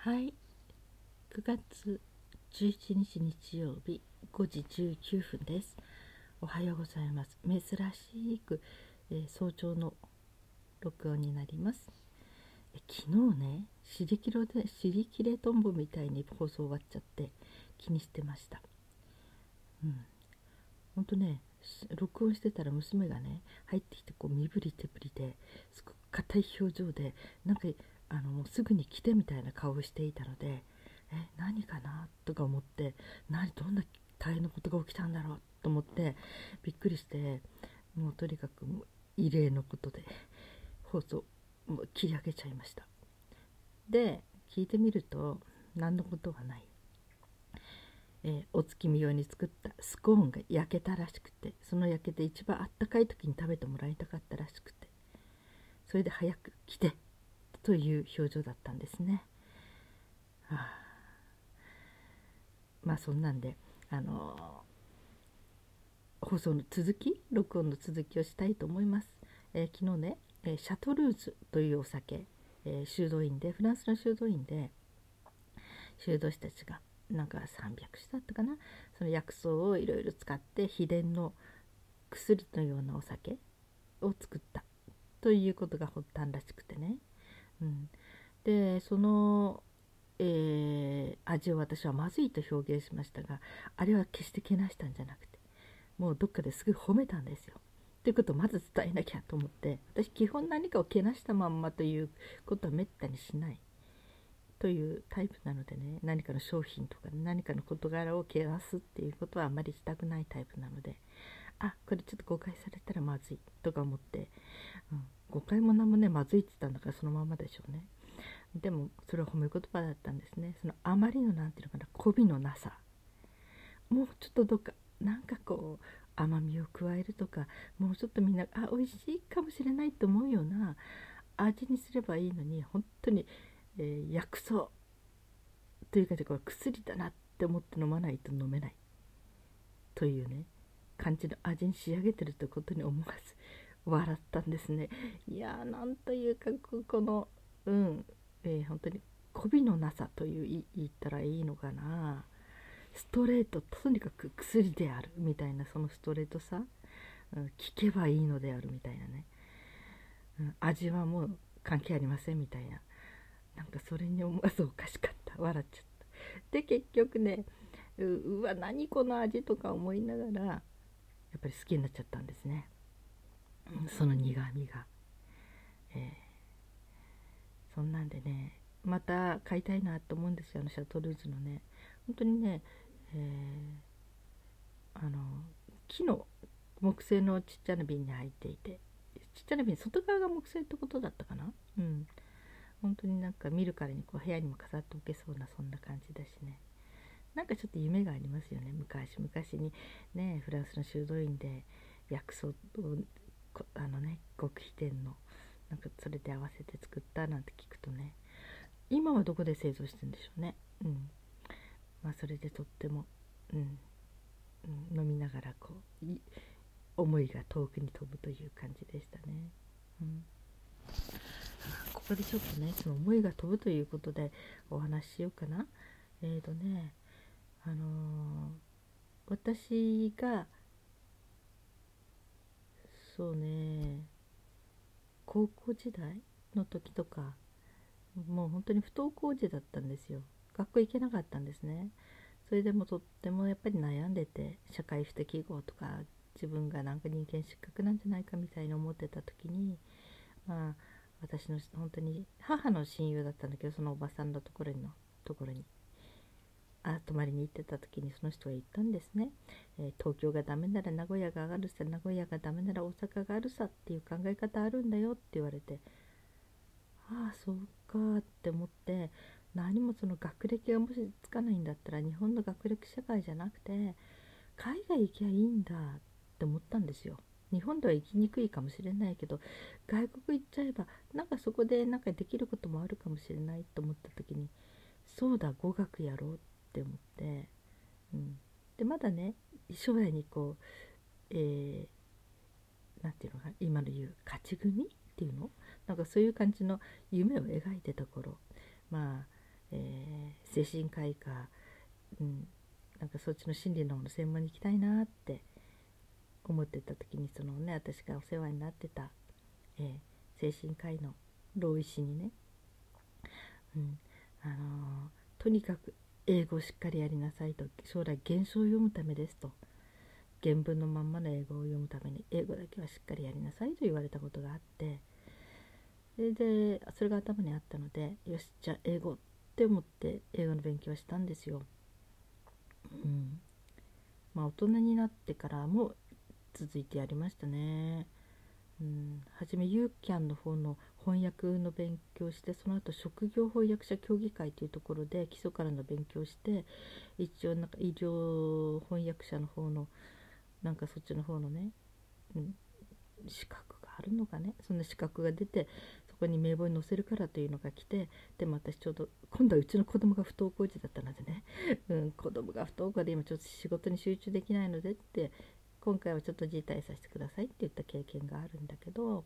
はい、9月11日日曜日5時19分です。おはようございます。珍しく、早朝の録音になります。昨日ね、尻切れトンボみたいに放送終わっちゃって気にしてました。ほんとね、録音してたら娘がね入ってきて、こう身振り手振りですごく硬い表情で、なんかもうすぐに来てみたいな顔をしていたので、何かなとか思って、どんな大変なことが起きたんだろうと思ってびっくりして、もうとにかくもう異例のことで放送もう切り上げちゃいました。で聞いてみると何のことはない。お月見用に作ったスコーンが焼けたらしくて、その焼けて一番あったかい時に食べてもらいたかったらしくて、それで早く来てという表情だったんですね。まあそんなんで放送の録音の続きをしたいと思います。昨日ね、シャトルーズというお酒、修道院で、フランスの修道院で修道士たちがなんか300種だったかな、その薬草をいろいろ使って秘伝の薬のようなお酒を作ったということが発端らしくてね、でその、味を私はまずいと表現しましたが、あれは決してけなしたんじゃなくて、もうどっかですぐ褒めたんですよ。ということをまず伝えなきゃと思って、私基本何かをけなしたまんまということはめったにしないというタイプなのでね、何かの商品とか何かの事柄をけなすっていうことはあまりしたくないタイプなので、これちょっと誤解されたらまずいとか思って、誤解も何もね、まずいって言ったんだからそのままでしょうね。でもそれは褒め言葉だったんですね。そのあまりのなんていうのかな、媚びのなさ、もうちょっとどっかなんかこう甘みを加えるとか、もうちょっとみんな美味しいかもしれないと思うような味にすればいいのに、本当に、薬草というかこれ薬だなって思って飲まないと飲めないというね感じの味に仕上げてるということに思わず笑ったんですね。いやー、なんというかこの本当に媚びのなさという言ったらいいのかな、ストレート、とにかく薬であるみたいな、そのストレートさ、聞けばいいのであるみたいなね、味はもう関係ありませんみたいな、なんかそれに思わずおかしかった、笑っちゃった。で結局ね、うわ何この味とか思いながらやっぱり好きになっちゃったんですね、その苦みが、そんなんでね、また買いたいなと思うんですよ、シャトルーズのね。本当にね、木の木製のちっちゃな瓶に入っていて、ちっちゃな瓶、外側が木製ってことだったかな。本当になんか見るからにこう部屋にも飾っておけそうな、そんな感じだしね、なんかちょっと夢がありますよね。昔々にね、フランスの修道院で薬草を極秘伝のなんかそれで合わせて作ったなんて聞くとね、今はどこで製造してるんでしょうね。それでとっても、飲みながら思いが遠くに飛ぶという感じでしたね。ここでちょっとね、その思いが飛ぶということでお話ししようかな。私がそうね、高校時代の時とか、もう本当に不登校児だったんですよ。学校行けなかったんですね。それでもとってもやっぱり悩んでて、社会不適合とか自分がなんか人間失格なんじゃないかみたいに思ってた時に、私の本当に母の親友だったんだけど、そのおばさんのところに泊まりに行ってた時にその人が言ったんですね。東京がダメなら名古屋が上がるさ、名古屋がダメなら大阪があるさっていう考え方あるんだよって言われて、そうかって思って、何もその学歴がもしつかないんだったら日本の学歴社会じゃなくて海外行きゃいいんだって思ったんですよ。日本では生きにくいかもしれないけど、外国行っちゃえばなんかそこでなんかできることもあるかもしれないと思った時に、そうだ、語学やろうって思って、でまだね、将来になんていうのか、今の言う勝ち組っていうの、なんかそういう感じの夢を描いてた頃、 精神科医か、なんかそっちの心理の専門に行きたいなって思ってた時に、そのね、私がお世話になってた、精神科医の老医師にね、とにかく英語をしっかりやりなさいと、将来原書を読むためですと、原文のまんまの英語を読むために英語だけはしっかりやりなさいと言われたことがあって、でそれが頭にあったので、よしじゃあ英語って思って英語の勉強をしたんですよ。大人になってからも続いてやりましたね。はじめユーキャンの方の翻訳の勉強して、その後職業翻訳者協議会というところで基礎からの勉強して、一応なんか医療翻訳者の方のなんかそっちの方のね、資格があるのかね、そんな資格が出て、そこに名簿に載せるからというのが来て、でも私ちょうど今度はうちの子供が不登校児だったのでね、子供が不登校で今ちょっと仕事に集中できないのでって、今回はちょっと辞退させてくださいって言った経験があるんだけど、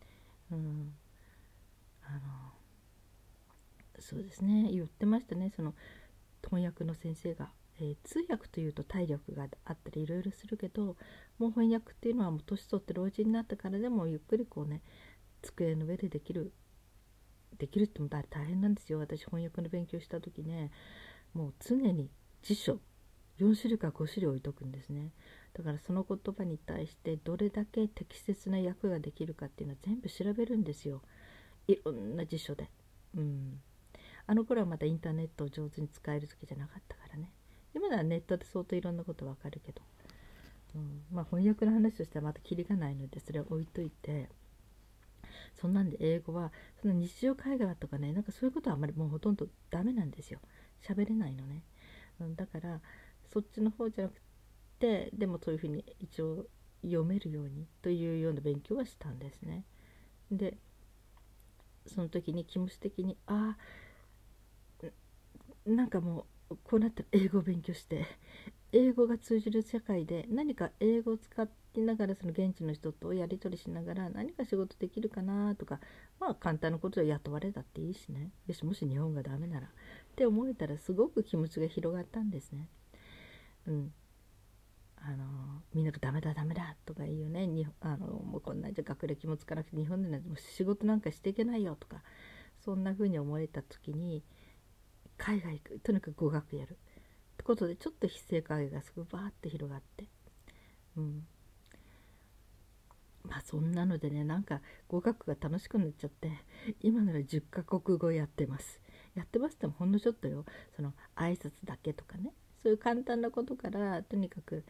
そうですね、言ってましたね、その翻訳の先生が。通訳というと体力があったりいろいろするけど、もう翻訳っていうのはもう年取って老人になったからでもゆっくりこうね、机の上でできるっても大変なんですよ。私翻訳の勉強した時ね、もう常に辞書4種類か5種類置いとくんですね。だからその言葉に対してどれだけ適切な訳ができるかっていうのは全部調べるんですよ、いろんな辞書で。あの頃はまだインターネットを上手に使える時じゃなかったからね。今ならネットで相当いろんなことわかるけど、翻訳の話としてはまたキリがないのでそれを置いといて、そんなんで英語はその日常会話とかね、なんかそういうことはあんまりもうほとんどダメなんですよ。喋れないのね。だからそっちの方じゃなくて、でもそういうふうに一応読めるようにというような勉強はしたんですね。でその時に気持ち的になんかもうこうなったら英語を勉強して、英語が通じる社会で何か英語を使いながらその現地の人とやり取りしながら何か仕事できるかなとか、簡単なことで雇われたっていいしね、よしもし日本がダメならって思えたらすごく気持ちが広がったんですね。みんながダメだとか言うよね。もうこんなじゃ学歴もつかなくて日本でなんてもう仕事なんかしていけないよとか、そんな風に思えた時に海外行く、とにかく語学やるってことでちょっと非正会がすごいバーッと広がって、そんなのでね、なんか語学が楽しくなっちゃって、今なら10カ国語やってます。やってますってもほんのちょっとよ。その挨拶だけとかね、そういう簡単なことからとにかく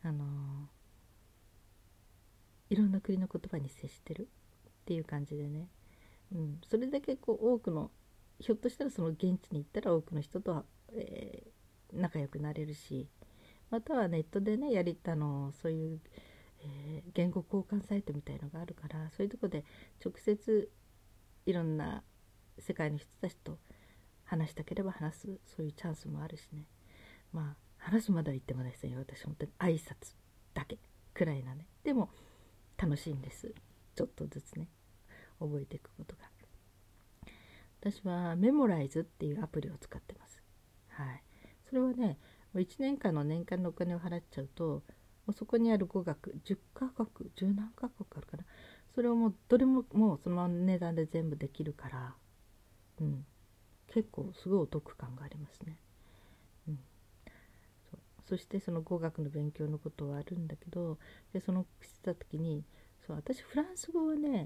いろんな国の言葉に接してるっていう感じでね、それだけこう多くの、ひょっとしたらその現地に行ったら多くの人とは、仲良くなれるし、またはネットでねそういう、言語交換サイトみたいのがあるから、そういうとこで直接いろんな世界の人たちと話したければ話す、そういうチャンスもあるしね。話すまでは言ってもですね、私本当に挨拶だけくらいなね。でも楽しいんです、ちょっとずつね覚えていくことが。私はメモライズっていうアプリを使ってます。それはね、1年間の年間のお金を払っちゃうと、もうそこにある語学10カ国10何カ国あるかな、それをもうどれももうその値段で全部できるから、結構すごいお得感がありますね。そしてその語学の勉強のことはあるんだけど、でそのしてた時に、私フランス語はね、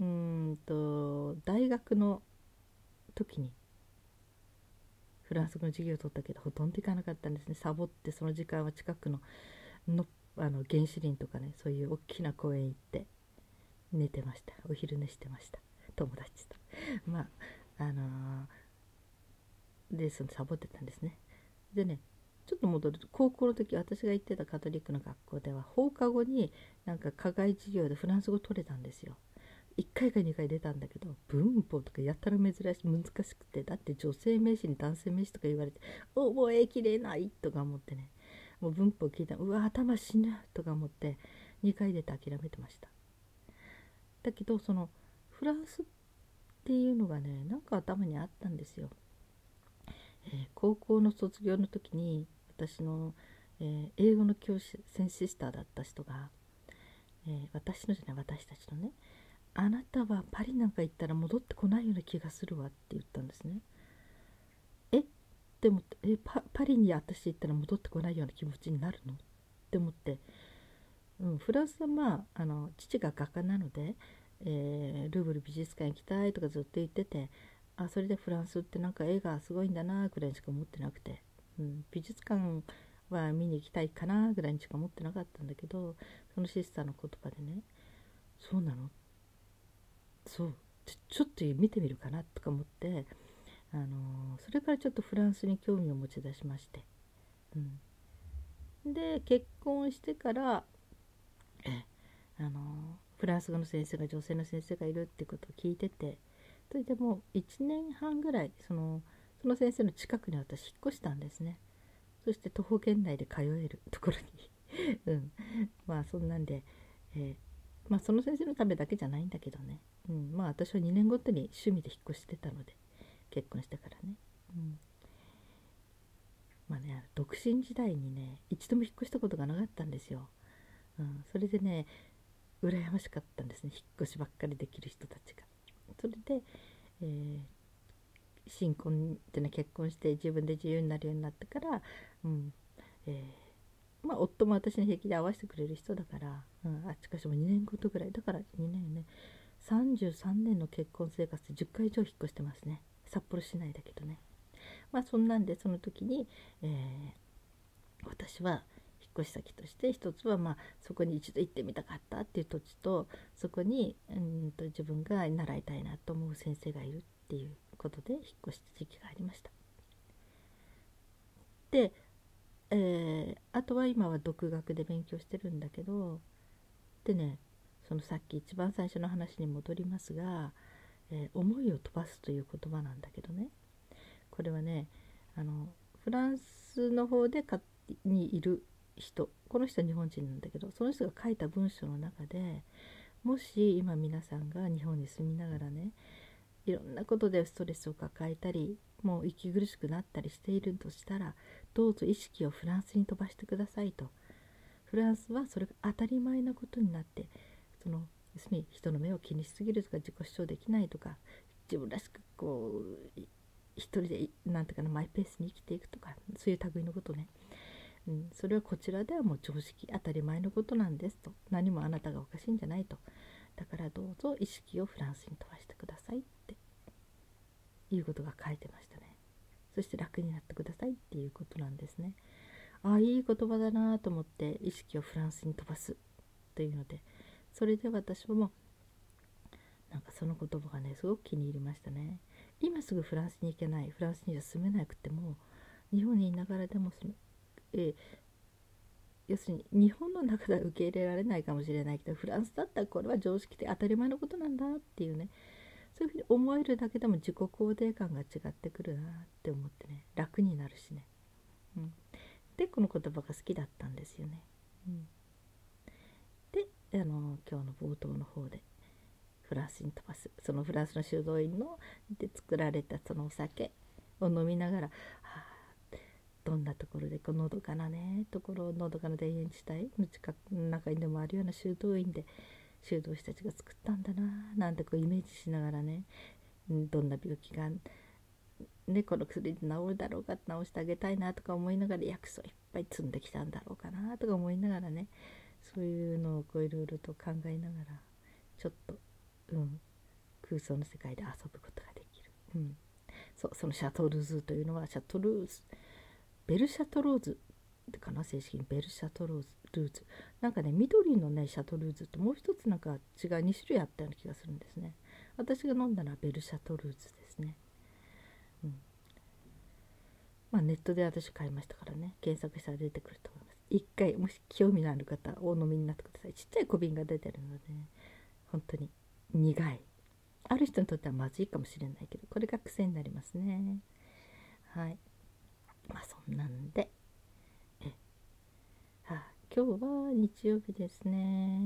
大学の時にフランス語の授業を取ったけどほとんど行かなかったんですね。サボって、その時間は近くの原始林とかね、そういう大きな公園行って寝てました。お昼寝してました、友達と。でそのサボってたんですね。でね、ちょっと戻ると、高校の時私が行ってたカトリックの学校では放課後になんか課外授業でフランス語取れたんですよ。1回か2回出たんだけど、文法とかやたら難しくて、だって女性名詞に男性名詞とか言われて覚えきれないとか思ってね、もう文法聞いたらうわ頭死ぬとか思って2回出て諦めてました。だけどそのフランスっていうのがね、なんか頭にあったんですよ。 高校の卒業の時に私の、英語の教師センシスターだった人が、私のじゃない私たちのね、あなたはパリなんか行ったら戻ってこないような気がするわって言ったんですね。でもパリに私行ったら戻ってこないような気持ちになるのって思って、フランスは父が画家なので、ルーブル美術館行きたいとかずっと言ってて、それでフランスってなんか絵がすごいんだなぐらいにしか思ってなくて、美術館は見に行きたいかなぐらいにしか思ってなかったんだけど、そのシスターの言葉でね、そうなの、そうちょっと見てみるかなとか思って、それからちょっとフランスに興味を持ち出しまして、で結婚してからフランス語の先生が女性の先生がいるってことを聞いてて、それでもう1年半ぐらいその先生の近くに私引っ越したんですね。そして徒歩圏内で通えるところにそんなんで、その先生のためだけじゃないんだけどね、私は2年ごとに趣味で引っ越してたので、結婚してからね、独身時代にね一度も引っ越したことがなかったんですよ。それでね羨ましかったんですね、引っ越しばっかりできる人たちが。それで、新婚ってね結婚して自分で自由になるようになってから、夫も私の平気で合わせてくれる人だから、しかしも2年ごとぐらいだから2年ね、33年の結婚生活で10回以上引っ越してますね。札幌市内だけどね。そんなんでその時に、私は引っ越し先として一つはそこに一度行ってみたかったっていう土地と、そこに自分が習いたいなと思う先生がいるっていうことで引っ越した時期がありました。で、あとは今は独学で勉強してるんだけど、でね、そのさっき一番最初の話に戻りますが、思いを飛ばすという言葉なんだけどね、これはねフランスの方にいる人、この人は日本人なんだけど、その人が書いた文章の中で、もし今皆さんが日本に住みながらね、いろんなことでストレスを抱えたり、もう息苦しくなったりしているとしたら、どうぞ意識をフランスに飛ばしてくださいと。フランスはそれが当たり前なことになって、要するに人の目を気にしすぎるとか、自己主張できないとか、自分らしく一人でなんていうかな、マイペースに生きていくとか、そういう類のことね、それはこちらではもう常識当たり前のことなんですと。何もあなたがおかしいんじゃないと。だからどうぞ意識をフランスに飛ばしてくださいっていうことが書いてましたね。そして楽になってくださいっていうことなんですね。いい言葉だなと思って、意識をフランスに飛ばすというので、それで私もなんかその言葉がねすごく気に入りましたね。今すぐフランスに行けない、フランスには住めなくても、日本にいながらでも要するに日本の中では受け入れられないかもしれないけど、フランスだったらこれは常識で当たり前のことなんだっていうね、そういうふうに思えるだけでも自己肯定感が違ってくるなって思ってね、楽になるしね、でこの言葉が好きだったんですよね。で今日の冒頭の方でフランスに飛ばす、そのフランスの修道院で作られたそのお酒を飲みながら、どんなところでのどかなねところ、のどかな田園地帯の近くの中にでもあるような修道院で修道士たちが作ったんだななんてイメージしながらね、どんな病気がこの薬で治るだろうか、治してあげたいなとか思いながら、薬草いっぱい積んできたんだろうかなとか思いながらね、そういうのをいろいろと考えながら、ちょっと、空想の世界で遊ぶことができる。そのシャトルーズというのは、シャトルーズ、ベルシャトローズかな、正式にベルシャトローズルーズ、なんかね緑のねシャトルーズともう一つなんか違う2種類あったような気がするんですね。私が飲んだのはベルシャトルーズですね。ネットで私買いましたからね、検索したら出てくると思います。一回もし興味のある方お飲みになってください。ちっちゃい小瓶が出てるので、ね、本当に苦い、ある人にとってはまずいかもしれないけど、これが癖になりますね。はい、そんなんで今日は日曜日ですね。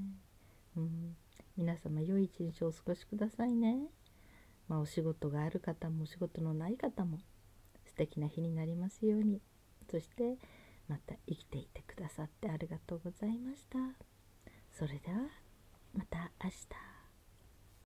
皆様良い一日をお過ごしくださいね。お仕事がある方もお仕事のない方も素敵な日になりますように。そしてまた生きていてくださってありがとうございました。それではまた明日。